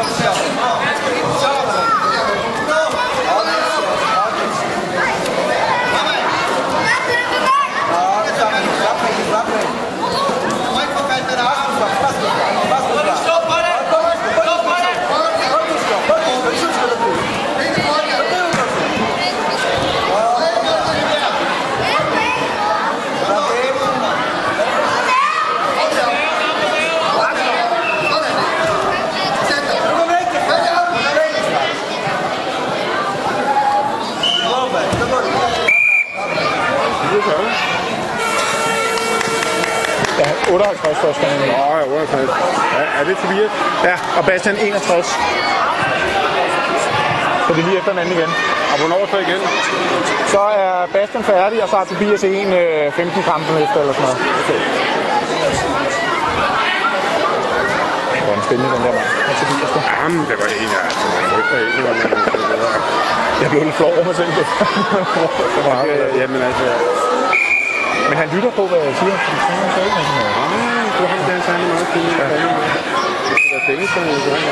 Ja, 58 først. Ja, 58. Ja, er det Tobias? Ja, og Bastian 61. Så det er lige efter den anden igen. Og hvornår så igen? Så er Bastian færdig, og så har Tobias 15 kampen efter eller sådan noget. Okay. Det var en spændende den der mand. Jamen, det var en, jeg blev lidt flov over mig selv. Jamen altså... Men han lytter på, hvad jeg siger. Du har han særlig meget fint. Det er penge, som jeg gør.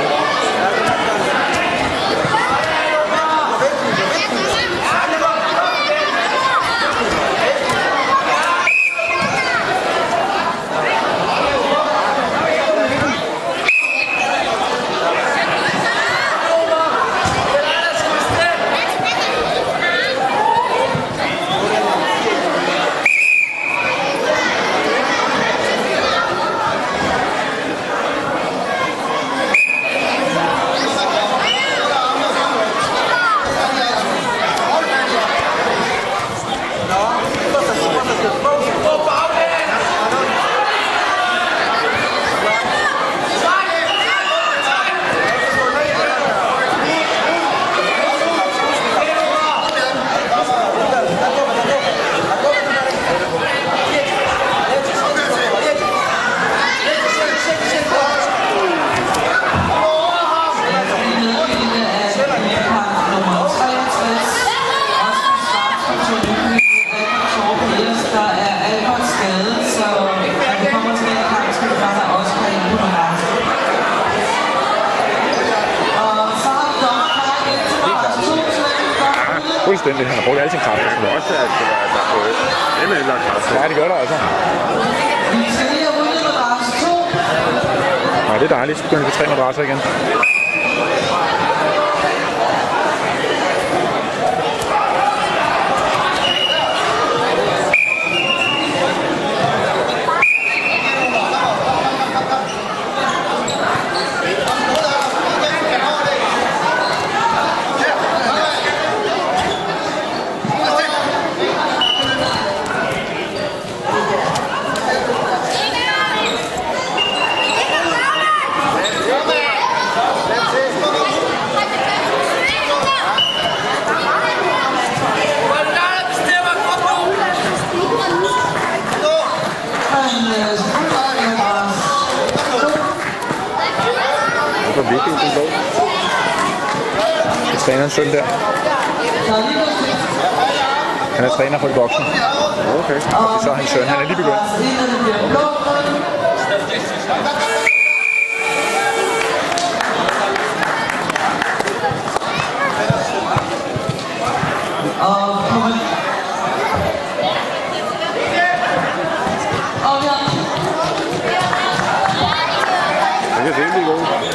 Fuldstændig. Han har brugt alle sine kræfter. Jeg tror også, at der er gået endnu lagt kræfter. Ja, det gør der altså. Nej, det er dejligt. Så begynder vi på 3 madrasser igen. Træneren søn der. Han er træner for de voksne. Okay. Og så er hans søn. Han er lige begyndt. Og vi har